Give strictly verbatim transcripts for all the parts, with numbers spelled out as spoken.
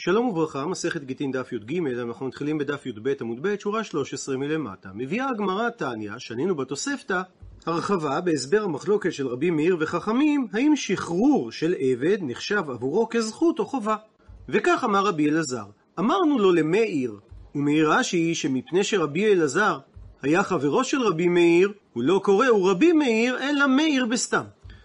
שלום וברכה, מסכת גיטין דף י"ג, אנחנו מתחילים בדף י"ב עמוד ב', שורה שלוש עשרה מלמטה. מביאה הגמרא תניא, שנינו בתוספתא, הרחבה בהסבר המחלוקת של רבי מאיר וחכמים, האם שחרור של עבד נחשב עבורו כזכות או חובה. וכך אמר רבי אלעזר, אמרנו לו למאיר, ומאיר רש"י שמפני שרבי אלעזר היה חברו של רבי מאיר, הוא לא קורא הוא רבי מאיר, אלא מאיר בסתם.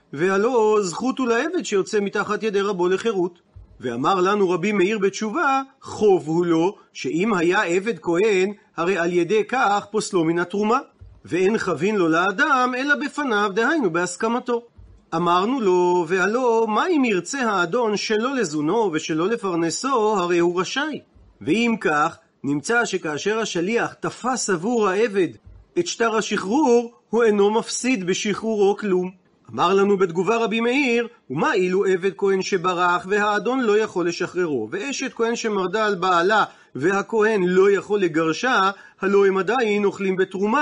והלא זכות הוא לעבד שיוצא מתחת ידי רבו לחירות. ואמר לנו רבי מאיר בתשובה, חוב הוא לו, שאם היה עבד כהן, הרי על ידי כך פוסלו מן התרומה, ואין חבין לו לאדם, אלא בפניו, דהיינו בהסכמתו. אמרנו לו, והלא, מה אם ירצה האדון שלא לזונו ושלא לפרנסו, הרי הוא רשאי. ואם כך, נמצא שכאשר השליח תפס עבור העבד את שטר השחרור, הוא אינו מפסיד בשחרורו כלום. אמר לנו בתגובה רבי מאיר, ומה אילו עבד כהן שברח והאדון לא יכול לשחררו, ואשת כהן שמרדה על בעלה והכהן לא יכול לגרשה, הלא הם עדיין אוכלים בתרומה,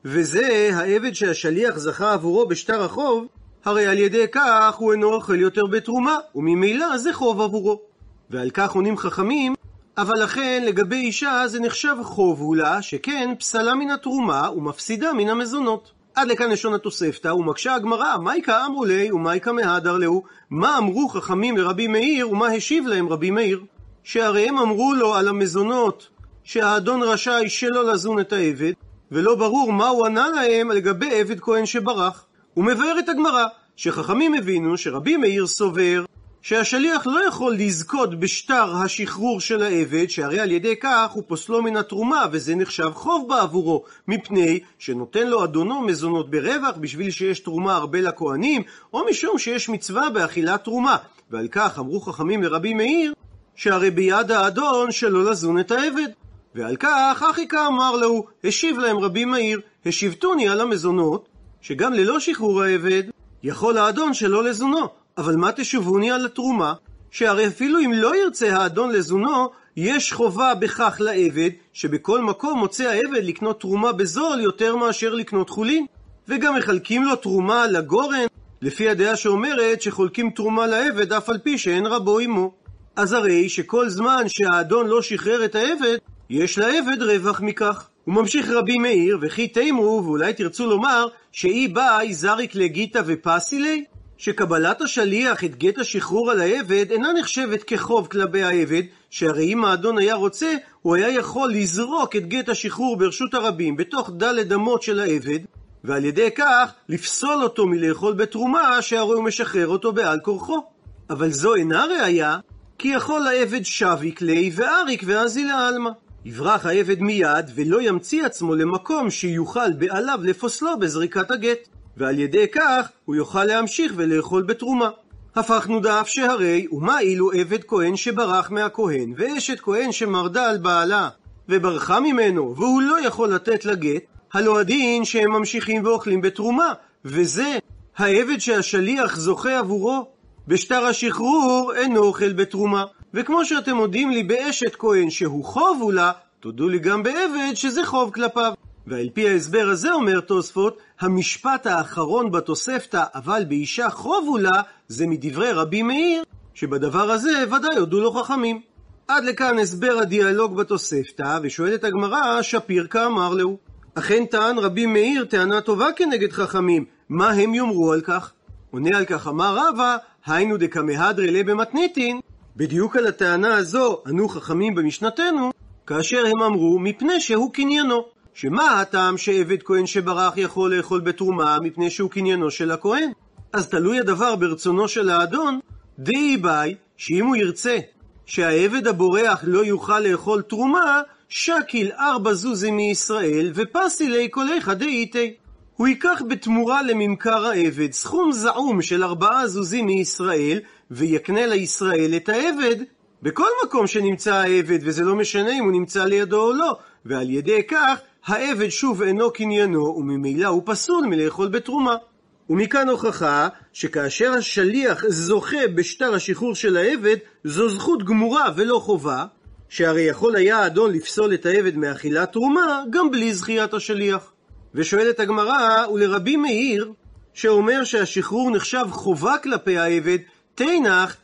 וזה העבד שהשליח זכה עבורו בשטר החוב, הרי על ידי כך הוא אינו אוכל יותר בתרומה, וממילא זה חוב עבורו. ועל כך עונים חכמים, אבל לכן לגבי אישה זה נחשב חוב הוא לה, שכן פסלה מן התרומה ומפסידה מן המזונות. עד לכאן לשון התוספתא, ומקשה הגמרא, מייקה אמרו לי ומייקה מהדר לו, מה אמרו חכמים לרבי מאיר ומה השיב להם רבי מאיר? שהרי הם אמרו לו על המזונות שהאדון רשאי שלא לזון את העבד, ולא ברור מה הוא ענה להם לגבי עבד כהן שברח. הוא מבאר את הגמרא, שחכמים הבינו שרבי מאיר סובר שהשליח לא יכול לזכות בשטר השחרור של העבד, שהרי על ידי כך הוא פוסלו מן התרומה, וזה נחשב חוב בעבורו, מפני שנותן לו אדונו מזונות ברווח בשביל שיש תרומה הרבה לכהנים, או משום שיש מצווה באכילת תרומה. ועל כך אמרו חכמים לרבי מאיר, שהרי ביד האדון שלא לזון את העבד. ועל כך אחיקה אמר לו, השיב להם רבי מאיר, השיבתוני על המזונות, שגם ללא שחרור העבד, יכול האדון שלא לזונו. אבל מה תשובוני על התרומה? שהרי אפילו אם לא ירצה האדון לזונו, יש חובה בכך לעבד, שבכל מקום מוצא העבד לקנות תרומה בזול יותר מאשר לקנות חולין. וגם מחלקים לו תרומה לגורן, לפי הדעה שאומרת שחולקים תרומה לעבד אף על פי שאין רבו עמו. אז הרי שכל זמן שהאדון לא שחרר את העבד, יש לעבד רווח מכך. הוא ממשיך רבי מאיר, וכי תימו, ואולי תרצו לומר, שאי באי זריק לגיטה ופסילי, שקבלת השליח את גט השחרור על העבד אינה נחשבת כחוב כלפי העבד, שהרי אם האדון היה רוצה, הוא היה יכול לזרוק את גט השחרור ברשות הרבים בתוך דלת אמות של העבד, ועל ידי כך לפסול אותו מלאכול בתרומה, שהרי הוא משחרר אותו בעל כורחו. אבל זו אינה ראיה, כי יכול העבד שוויק לי ואריק ואזילה אלמה. יברח העבד מיד ולא ימציא עצמו למקום שיוכל בעליו לפוסלו בזריקת הגט, ועל ידי כך הוא יוכל להמשיך ולאכול בתרומה. הפכנו דף שהרי ומה אילו עבד כהן שברח מהכהן ואשת כהן שמרדה על בעלה וברחה ממנו והוא לא יכול לתת לגט, הלא הדין שהם ממשיכים ואוכלים בתרומה, וזה העבד שהשליח זוכה עבורו בשטר השחרור אינו אוכל בתרומה. וכמו שאתם מודים לי באשת כהן שהוא חוב הוא לה, תודו לי גם בעבד שזה חוב כלפיו. ועל פי ההסבר הזה אומר תוספות, המשפט האחרון בתוספתא, אבל באישה חוב הוא לה, זה מדברי רבי מאיר, שבדבר הזה ודאי הודו לו חכמים. עד לכאן הסבר הדיאלוג בתוספתא, ושואלת הגמרא, שפיר כאמר לו. אכן טען רבי מאיר טענה טובה כנגד חכמים, מה הם יאמרו על כך? עונה על כך אמר רבא, היינו דקמהדרי לה במתניתין, בדיוק על הטענה הזו ענו חכמים במשנתנו, כאשר הם אמרו מפני שהוא קניינו. שמה הטעם שעבד כהן שברח יכול לאכול בתרומה מפני שהוא קניינו של הכהן? אז תלוי הדבר ברצונו של האדון, דאי ביי, שאם הוא ירצה שהעבד הבורח לא יוכל לאכול תרומה, שקיל ארבע זוזי מישראל ופסילי קוליך דאיתי. הוא ייקח בתמורה לממכר העבד סכום זעום של ארבעה זוזים מישראל, ויקנה לישראל את העבד בכל מקום שנמצא העבד, וזה לא משנה אם הוא נמצא לידו או לא, ועל ידי כך העבד שוב אינו קניינו, וממילא הוא פסול מלאכול בתרומה. ומכאן הוכחה שכאשר השליח זוכה בשטר השחרור של העבד, זו זכות גמורה ולא חובה, שהרי יכול היה האדון לפסול את העבד מאכילת תרומה גם בלי זכיית השליח. ושואלת הגמרא, ולרבי מאיר שאומר שהשחרור נחשב חובה כלפי העבד, תנח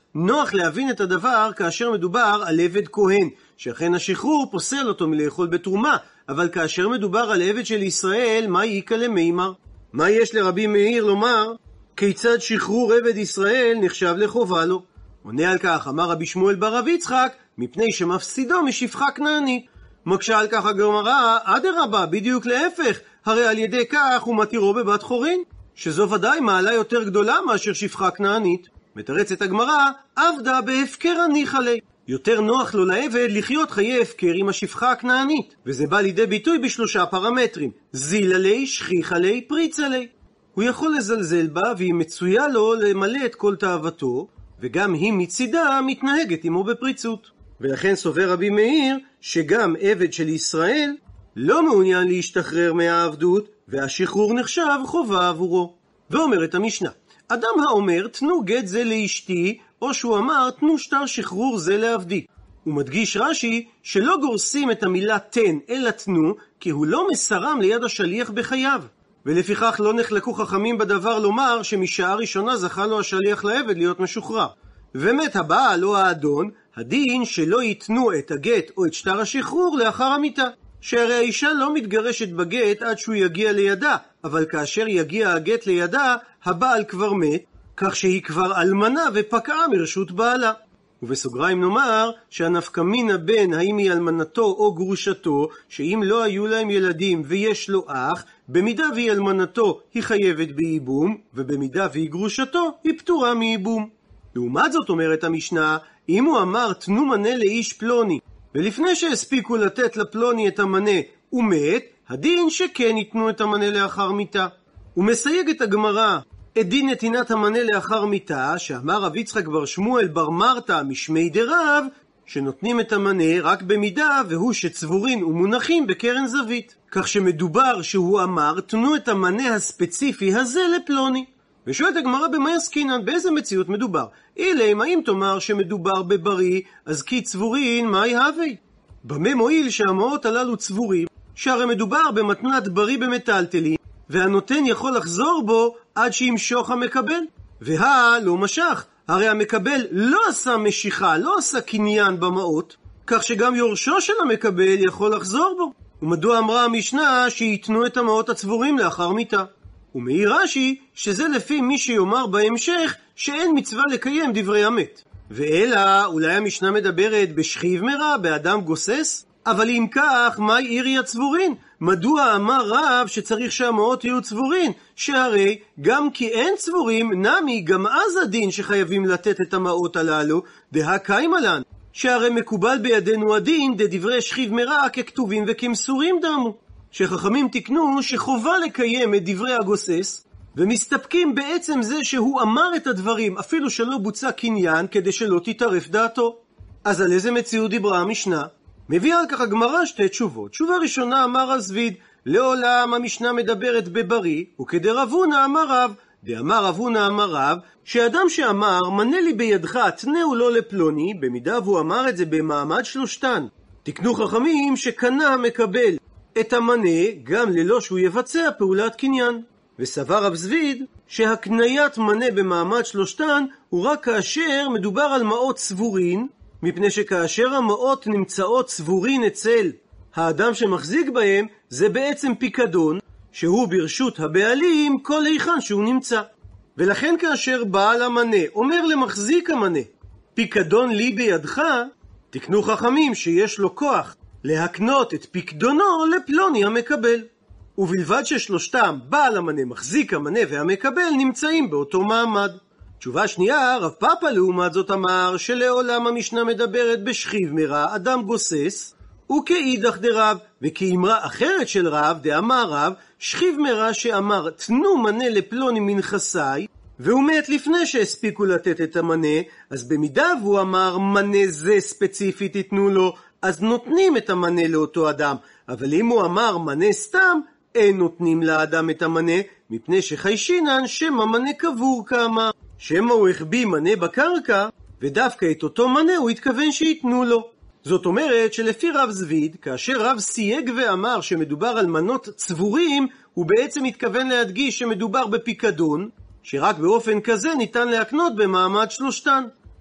נוח להבין את הדבר כאשר מדובר על עבד כהן, שאכן השחרור פוסל אותו מלאכול בתרומה, אבל כאשר מדובר על עבד של ישראל, מה ייקה למימר? מה יש לרבי מאיר לומר? כיצד שחרור עבד ישראל נחשב לחובה לו? עונה על כך, אמר רבי שמואל בר רב יצחק, מפני שמפסידו משפחה כנענית. מקשה על כך הגמרא, אדרבה, בדיוק להפך, הרי על ידי כך הוא מתירו בבת חורין, שזו ודאי מעלה יותר גדולה מאשר שפחה כנענית. מתרצת הגמרא, עבדה בהפקר הניחא ליה. יותר נוח לו לעבד לחיות חיי הפקר עם השפחה הכנענית, וזה בא לידי ביטוי בשלושה פרמטרים: זילה ליה, שכיחה ליה, פריצה ליה. הוא יכול לזלזל בה, והיא מצויה לו למלא את כל תאוותו, וגם היא מצידה מתנהגת עמו בפריצות. ולכן סובר רבי מאיר שגם עבד של ישראל לא מעוניין להשתחרר מהעבדות, והשחרור נחשב חובה עבורו. ואומרת המשנה, אדם האומר תנו גט זה לאשתי, או שהוא אמר תנו שטר שחרור זה לעבדי. הוא מדגיש רש"י שלא גורסים את המילה תן אלא תנו, כי הוא לא מסרם ליד השליח בחייו. ולפיכך לא נחלקו חכמים בדבר לומר שמשעה ראשונה זכה לו השליח לעבד להיות משוחרר. ומת הבעל או האדון, הדין שלא ייתנו את הגט או את שטר השחרור לאחר המיתה. שהרי האישה לא מתגרשת בגט עד שהוא יגיע לידה, אבל כאשר יגיע הגט לידה, הבעל כבר מת, כך שהיא כבר אלמנה ופקעה מרשות בעלה. ובסוגריים נאמר שהנפקא מינה בין האם היא אלמנתו או גרושתו, שאם לא היו להם ילדים ויש לו אח, במידה והיא אלמנתו היא חייבת בייבום, ובמידה והיא גרושתו היא פטורה מייבום. לעומת זאת אומרת המשנה, אם הוא אמר תנו מנה לאיש פלוני, ולפני שהספיקו לתת לפלוני את המנה הוא מת, הדין שכן ייתנו את המנה לאחר מיתה. הוא מסייג את הגמרא את דין נתינת המנה לאחר מיתה, שאמר רב יצחק בר שמואל בר מרתא משמי דרב, שנותנים את המנה רק במידה והוא שצבורין ומונחים בקרן זווית, כך שמדובר שהוא אמר תנו את המנה הספציפי הזה לפלוני. ושואלת הגמרא במה עסקינן, באיזה מציאות מדובר? אילם, האם תאמר שמדובר בבריא, אז כי צבורין מהי הווי? במה מועיל שהמעות הללו צבורים, שהרי מדובר במתנת בריא במטלטלים, והנותן יכול לחזור בו עד שימשוך המקבל. והא לא משך, הרי המקבל לא עשה משיכה, לא עשה קניין במעות, כך שגם יורשו של המקבל יכול לחזור בו. ומדוע אמרה המשנה שיתנו את המעות הצבורים לאחר מיתה? ומעיר רש"י שזה לפי מי שיאמר בהמשך שאין מצווה לקיים דברי המת. ואלא אולי המשנה מדברת בשכיב מרע, באדם גוסס? אבל אם כך, מהי עירי הצבורין? מדוע אמר רב שצריך שהמעות יהיו צבורין? שהרי גם כי אין צבורים, נמי גם אז הדין שחייבים לתת את המעות הללו, דה קיימה לן, שהרי מקובל בידינו הדין דדברי שכיב מרע ככתובים וכמסורים דמו. שחכמים תקנו שחובה לקיים את דברי הגוסס, ומסתפקים בעצם זה שהוא אמר את הדברים אפילו שלא בוצע קניין, כדי שלא תתערף דעתו. אז על איזה מציאות דיברה המשנה? מביא על כך הגמרא שתי תשובות. תשובה ראשונה, אמר הזביד, לעולם המשנה מדברת בבריא, וכדרב הונא אמר רב. דאמר רב הונא אמר רב, שאדם שאמר מנה לי בידך תנהו לו לפלוני, במידה והוא אמר את זה במעמד שלושתן, תקנו חכמים שקנה המקבל את המנה גם ללא שהוא יבצע פעולת קניין. וסבר רב זביד שהקניית מנה במעמד שלושתן הוא רק כאשר מדובר על מעות צבורין, מפני שכאשר המעות נמצאות צבורין אצל האדם שמחזיק בהם, זה בעצם פיקדון שהוא ברשות הבעלים כל היכן שהוא נמצא. ולכן כאשר בעל המנה אומר למחזיק המנה פיקדון לי בידך, תקנו חכמים שיש לו כוח להקנות את פיקדונו לפלוני המקבל. ובלבד ששלושתם, בעל המנה, מחזיק המנה והמקבל, נמצאים באותו מעמד. תשובה שנייה, רב פאפא לעומת זאת אמר שלעולם המשנה מדברת בשכיב מרע, אדם גוסס, וכאידך דרב, וכאמרה אחרת של רב, דאמר רב, שכיב מרע שאמר תנו מנה לפלוני מנכסי, והוא מת לפני שהספיקו לתת את המנה, אז במידה והוא אמר מנה זה ספציפית תיתנו לו, אז נותנים את המנה לאותו אדם. אבל אם הוא אמר מנה סתם, אין נותנים לאדם את המנה, מפני שחיישינן שם המנה קבור כמה. שמה הוא החביא מנה בקרקע, ודווקא את אותו מנה הוא התכוון שיתנו לו. זאת אומרת שלפי רב זביד, כאשר רב סייג ואמר שמדובר על מנות צבורים, הוא בעצם התכוון להדגיש שמדובר בפיקדון, שרק באופן כזה ניתן להקנות במעמד שלושתן.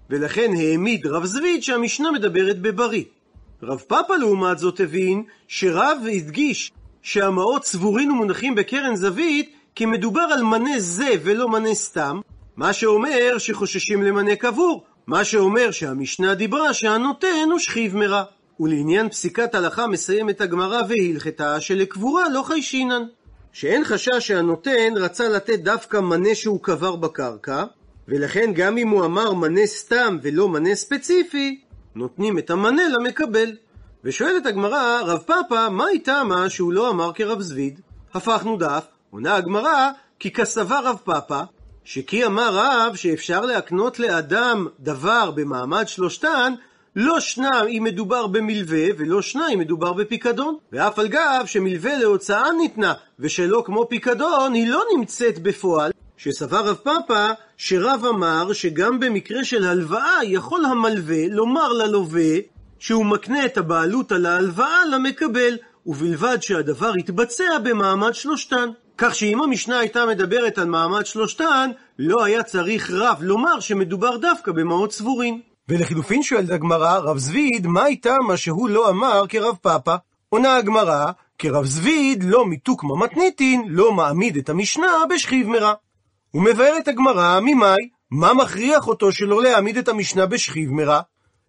ולכן העמיד רב זביד שהמשנה מדברת בבריא. רב פאפא לעומת זאת הבין שרב והדגיש שהמעות צבורין ומונחים בקרן זווית כי מדובר על מנה זה ולא מנה סתם, מה שאומר שחוששים למנה קבור, מה שאומר שהמשנה דיברה שהנותן הוא שכיב מרע. ולעניין פסיקת הלכה מסיימת הגמרא והלכתה שלקבורה לא חיישינן, שאין חשש שהנותן רצה לתת דווקא מנה שהוא קבר בקרקע, ולכן גם אם הוא אמר מנה סתם ולא מנה ספציפי, נותנים את המנה למקבל. ושואלת הגמרא, רב פאפא, מה הייתה מה שהוא לא אמר כרב זביד? הפכנו דף, עונה הגמרא, כי כסבה רב פאפא, שכי אמר רב שאפשר להקנות לאדם דבר במעמד שלושתן, לא שנם אם מדובר במלווה ולא שניים מדובר בפיקדון. ואף על גב שמלווה להוצאה ניתנה ושלא כמו פיקדון היא לא נמצאת בפועל, שסבר רב פאפא שרב אמר שגם במקרה של הלוואה יכול המלווה לומר ללווה שהוא מקנה את הבעלות על ההלוואה למקבל, ובלבד שהדבר יתבצע במעמד שלושתן. כך שאם המשנה הייתה מדברת על מעמד שלושתן, לא היה צריך רב לומר שמדובר דווקא במעות צבורין. ולחילופין שואלת הגמרא, רב זביד, מה הייתה מה שהוא לא אמר כרב פאפא? עונה הגמרא, כרב זביד לא מתוקמה מתניתין, לא מעמיד את המשנה בשכיב מרע. ומבארת הגמרא, ממאי, מה מכריח אותו שלא להעמיד את המשנה בשכיב מרע?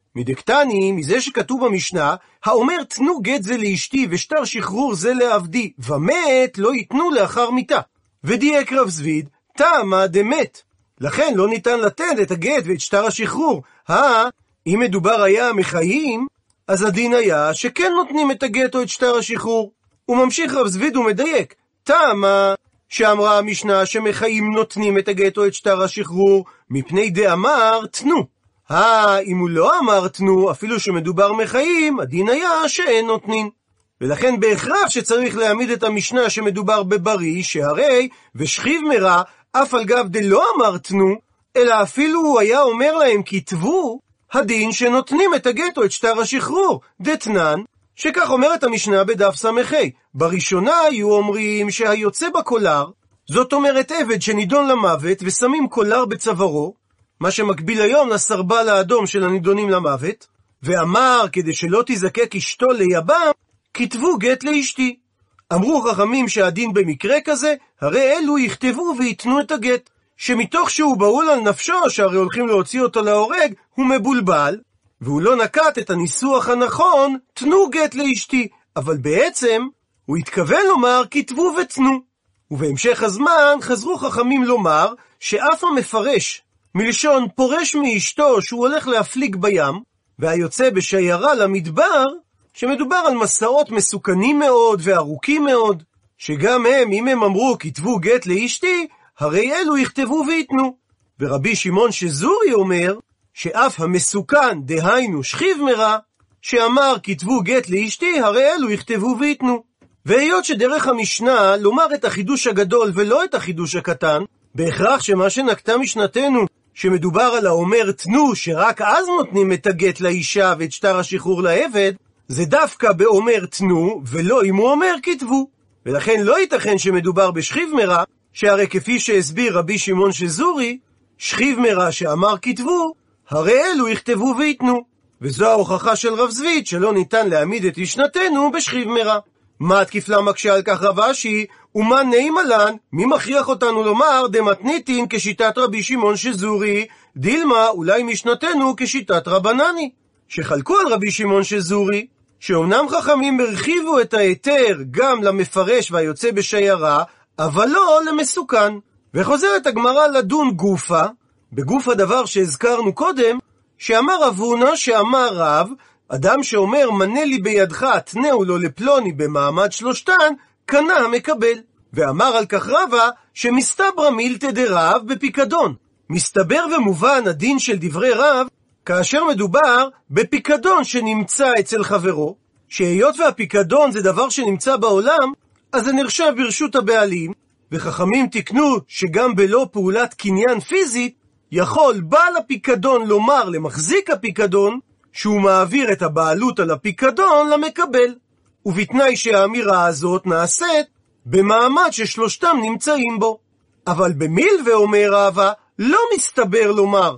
מדקתני, מזה שכתוב במשנה, האומר תנו גט זה לאשתי ושטר שחרור זה לעבדי, ומת לא ייתנו לאחר מיתה. ודייק רב זביד, תמה דמת. לכן לא ניתן לתת את הגט ואת שטר השחרור. אה, אם מדובר היה מחיים, אז הדין היה שכן נותנים את הגט או את שטר השחרור. הוא ממשיך רב זביד ומדייק, תמה שאמרה המשנה שמחיים נותנים את הגט או את שטר השחרור, מפני דאמר תנו. אה, אם הוא לא אמר תנו, אפילו שמדובר מחיים, הדין היה שאין נותנים. ולכן בהכרח שצריך להעמיד את המשנה שמדובר בבריא, שהרי ושכיב מרע, אף על גב דלא אמר תנו, אלא אפילו הוא היה אומר להם כתבו, הדין שנותנים את הגט או את שטר השחרור, דתנן, שכך אומרת המשנה בדף סמכי. בראשונה היו אומרים שהיוצא בקולר, זאת אומרת עבד שנידון למוות ושמים קולר בצווארו, מה שמקביל היום לסרבל האדום של הנידונים למוות, ואמר כדי שלא תזקק אשתו ליבם, כתבו גט לאשתי. אמרו חכמים שהדין במקרה כזה, הרי אלו יכתבו ויתנו את הגט, שמתוך שהוא בהול על נפשו, שהרי הולכים להוציא אותו להורג, הוא מבולבל, והוא לא נקט את הניסוח הנכון, תנו גט לאשתי, אבל בעצם הוא התכוון לומר כתבו ותנו. ובהמשך הזמן חזרו חכמים לומר שאף המפרש מלשון פורש מאשתו שהוא הולך להפליג בים, והיוצא בשיירה למדבר, שמדובר על מסעות מסוכנים מאוד וארוכים מאוד, שגם הם, אם הם אמרו כתבו גט לאשתי, הרי אלו יכתבו ויתנו. ורבי שמעון שזורי אומר, שאף המסוכן, דהיינו שכיב מרע, שאמר כתבו גט לאשתי, הרי אלו יכתבו ויתנו. והיות שדרך המשנה לומר את החידוש הגדול ולא את החידוש הקטן, בהכרח שמה שנקטה משנתנו, שמדובר על האומר תנו, שרק אז נותנים את הגט לאישה ואת שטר השחרור לעבד, זה דווקא באומר תנו, ולא אם הוא אומר כתבו. ולכן לא ייתכן שמדובר בשכיב מרע, שהרי כפי שהסביר רבי שמעון שזורי, שכיב מרע שאמר כתבו, הרי אלו יכתבו ויתנו. וזו ההוכחה של רב זביד שלא ניתן להעמיד את משנתנו בשכיב מרע. מה תקיפלה מקשה על כך רב אשי, ומה נעימה לן, מי מכריח אותנו לומר דמתניתין כשיטת רבי שמעון שזורי, דילמה אולי משנתנו כשיטת רבנני, שחלקו על רבי שמעון שזורי, שאומנם חכמים הרחיבו את ההיתר גם למפרש והיוצא בשיירה, אבל לא למסוכן. וחוזרת הגמרא לדון גופה, בגוף הדבר שהזכרנו קודם, שאמר אבונה שאמר רב, אדם שאומר מנה לי בידך תנאו לו לפלוני במעמד שלושתן, קנה המקבל. ואמר על כך רבה שמסתברא מילתא דרב בפיקדון. מסתבר ומובן הדין של דברי רב, כאשר מדובר בפיקדון שנמצא אצל חברו, שהיות והפיקדון זה דבר שנמצא בעולם, אז זה נחשב ברשות הבעלים, וחכמים תקנו שגם בלא פעולת קניין פיזית, יכול בעל הפיקדון לומר למחזיק הפיקדון, שהוא מעביר את הבעלות על הפיקדון למקבל. ובתנאי שהאמירה הזאת נעשית במעמד ששלושתם נמצאים בו. אבל במיל ואומר רבא, לא מסתבר לומר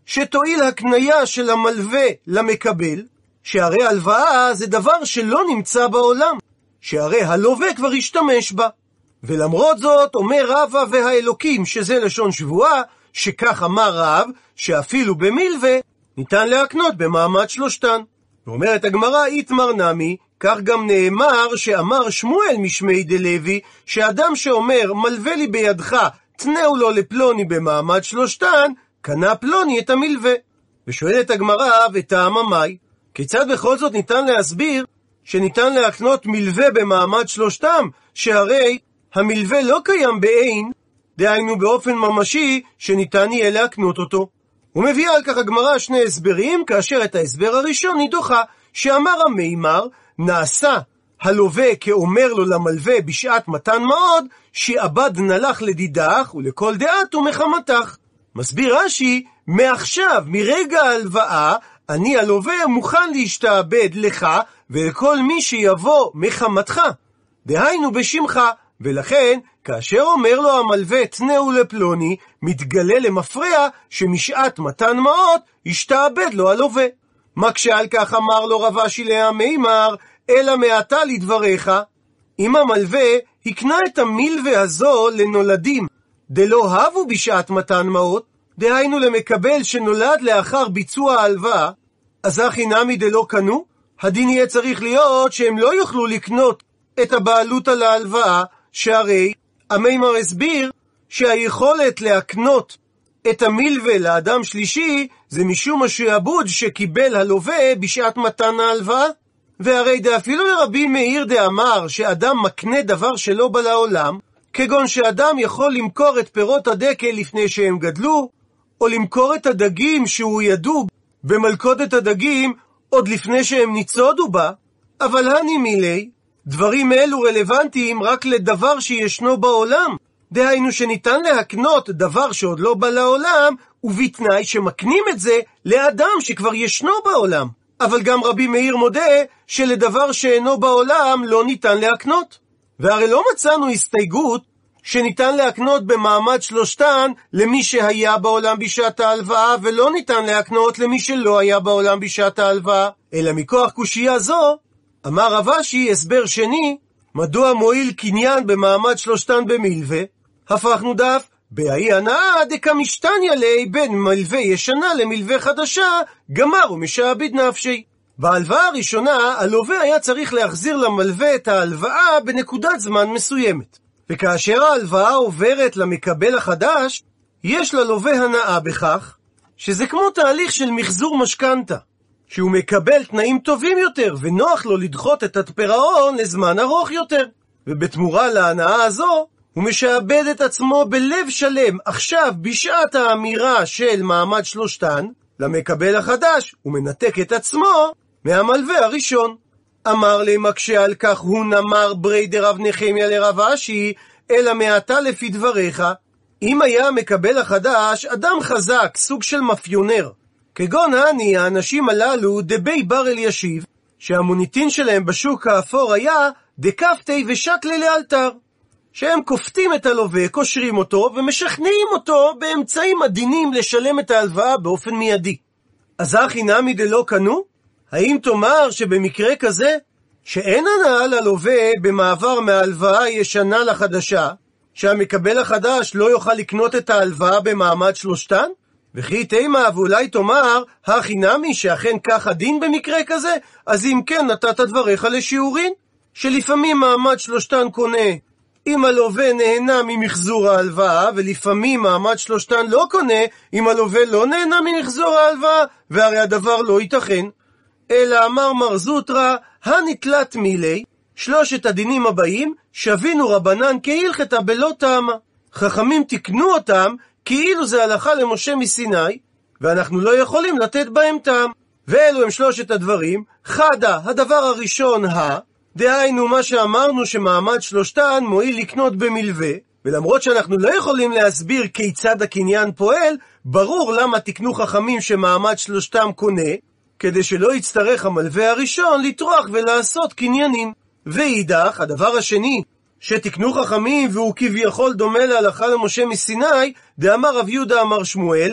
שתועיל הקניה של המלווה למקבל, שהרי הלוואה זה דבר שלא נמצא בעולם, שהרי הלווה כבר השתמש בה. ולמרות זאת אומר רבא והאלוקים, שזה לשון שבועה, שכך אמר רב, שאפילו במלווה ניתן להקנות במעמד שלושתן. ואומרת הגמרא, איתמר נמי, כך גם נאמר שאמר שמואל משמי דלוי, שאדם שאומר מלווה לי בידך, תנאו לו לפלוני במעמד שלושתן, קנה פלוני את המלווה. ושואלת הגמרא, וטעמה מאי, כיצד בכל זאת ניתן להסביר שניתן להקנות מלווה במעמד שלושתם, שהרי המלווה לא קיים בעין, דהיינו באופן ממשי שניתן יהיה להקנות אותו. הוא מביא על כך הגמרא שני הסברים, כאשר את ההסבר הראשון היא דוחה, שאמר המימר, נעשה הלווה כאומר לו למלווה בשעת מתן מאוד, שעבד נלך לדידך ולכל דעת ומחמתך. מסביר רש"י, מעכשיו, מרגע ההלוואה, אני הלווה מוכן להשתעבד לך ולכל מי שיבוא מחמתך, דהיינו בשמך. ולכן, כאשר אומר לו המלווה תנאו לפלוני, מתגלה למפרע שמשעת מתן מעות השתעבד לו הלווה. מקשה על כך אמר לו רב אשי להמימר, אלא מעתה לדבריך, אם המלווה הקנה את המלווה הזו לנולדים, דלא הבו בשעת מתן מעות, דהיינו למקבל שנולד לאחר ביצוע ההלוואה, אז הכי נמי דלא קנו, הדין יהיה צריך להיות שהם לא יוכלו לקנות את הבעלות על ההלוואה, שהרי המימר הסביר שהיכולת להקנות את המלווה לאדם שלישי זה משום השעבוד שקיבל הלווה בשעת מתן ההלוואה. והרי דאפילו לרבי מאיר דאמר שאדם מקנה דבר שלא בא לעולם, כגון שאדם יכול למכור את פירות הדקל לפני שהם גדלו, או למכור את הדגים שהוא ידוג במלכודת הדגים עוד לפני שהם ניצודו בה, אבל הני מילי, דברים אלו רלוונטיים רק לדבר שישנו בעולם, דהיינו שניתן להקנות דבר שעוד לא בא לעולם, ובתנאי שמקנים את זה לאדם שכבר ישנו בעולם. אבל גם רבי מאיר מודה שלדבר שאינו בעולם לא ניתן להקנות. והרי לא מצאנו הסתייגות שניתן להקנות במעמד שלושתן למי שהיה בעולם בשעת ההלוואה, ולא ניתן להקנות למי שלא היה בעולם בשעת ההלוואה. אלא מכוח קושייה זו, אמר רב אשי הסבר שני, מדוע מועיל קניין במעמד שלושתן במלווה? הפכנו דף, בהאי הנאה דקמשתניה ליה בין מלווה ישנה למלווה חדשה, גמר ומשעבד נפשי. בהלוואה הראשונה, הלווה היה צריך להחזיר למלווה את ההלוואה בנקודת זמן מסוימת. וכאשר ההלוואה עוברת למקבל החדש, יש ללווה הנאה בכך, שזה כמו תהליך של מחזור משכנתה, שהוא מקבל תנאים טובים יותר, ונוח לו לדחות את הפירעון לזמן ארוך יותר. ובתמורה להנאה הזו, הוא משעבד את עצמו בלב שלם, עכשיו בשעת האמירה של מעמד שלושתן, למקבל החדש, הוא מנתק את עצמו מהמלווה הראשון. אמר לי מקשה על כך הוא נמר ברי דרב נחמיה לרב אשי, אלא מעתה לפי דבריך, אם היה המקבל החדש אדם חזק, סוג של מפיונר, כגון אני, האנשים הללו דבי בר אל ישיב, שהמוניטין שלהם בשוק האפור היה דקפתי ושקלי לאלתר, שהם כופתים את הלווה, קושרים אותו ומשכנעים אותו באמצעים עדינים לשלם את ההלוואה באופן מיידי. אז הכי נמי דלא קנו? האם תאמר שבמקרה כזה, שאין הנאה ללווה במעבר מההלוואה הישנה לחדשה, שהמקבל החדש לא יוכל לקנות את ההלוואה במעמד שלושתן? וכי תימה, ואולי תאמר, הכי נמי שאכן כך הדין במקרה כזה? אז אם כן נתת דבריך לשיעורין, שלפעמים מעמד שלושתן קונה אם הלווה נהנה ממחזור ההלוואה, ולפעמים מעמד שלושתן לא קונה אם הלווה לא נהנה ממחזור ההלוואה, והרי הדבר לא ייתכן. אלא אמר מר זוטרא, הנתלת מילי, שלושת הדינים הבאים שווינו רבנן כהלכתה בלא טעמה. חכמים תקנו אותם כאילו זה הלכה למשה מסיני, ואנחנו לא יכולים לתת בהם טעם. ואלו הם שלושת הדברים. חדה, הדבר הראשון ה, דהיינו מה שאמרנו שמעמד שלושתן מועיל לקנות במלווה, ולמרות שאנחנו לא יכולים להסביר כיצד הקניין פועל, ברור למה תקנו חכמים שמעמד שלושתם קונה, כדי שלא יצטרך המלווה הראשון לטרוח ולעשות קניינים. ואידך, הדבר השני שתקנו חכמים והוא כביכול דומה להלכה למשה מסיני, דאמר רב יהודה אמר שמואל,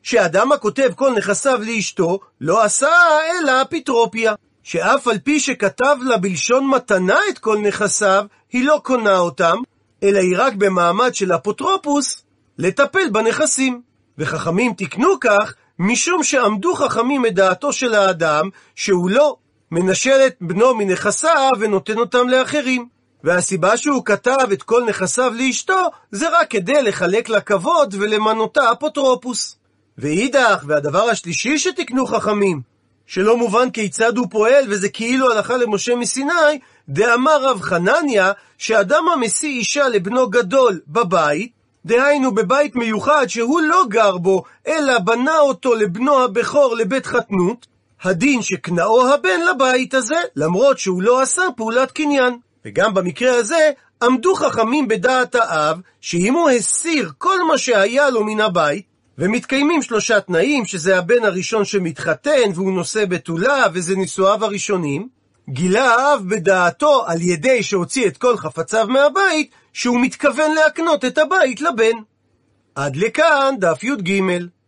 שאדם הכותב כל נכסיו לאשתו לא עשה אלא אפוטרופיה, שאף על פי שכתב לה בלשון מתנה את כל נכסיו, היא לא קונה אותם, אלא היא רק במעמד של אפוטרופוס לטפל בנכסים. וחכמים תקנו כך משום שעמדו חכמים את דעתו של האדם שהוא לא מנשל את בנו מנכסיו ונותן אותם לאחרים, והסיבה שהוא כתב את כל נכסיו לאשתו זה רק כדי לחלק לה כבוד ולמנותה אפוטרופוס. ואידך, והדבר השלישי שתקנו חכמים, שלא מובן כיצד הוא פועל וזה כאילו הלכה למשה מסיני, דאמר רב חנניה שאדם המשיא אישה לבנו גדול בבית, דהיינו בבית מיוחד שהוא לא גר בו אלא בנה אותו לבנו הבכור לבית חתנות, הדין שקנאו הבן לבית הזה למרות שהוא לא עשה פעולת קניין. וגם במקרה הזה עמדו חכמים בדעת האב שאם הוא הסיר כל מה שהיה לו מן הבית, ומתקיימים שלושה תנאים, שזה הבן הראשון שמתחתן והוא נושא בתולה וזה נישואיו הראשונים, גילה האב בדעתו על ידי שהוציא את כל חפציו מהבית שהוא מתכוון להקנות את הבית לבן. עד לכאן דף י"ג.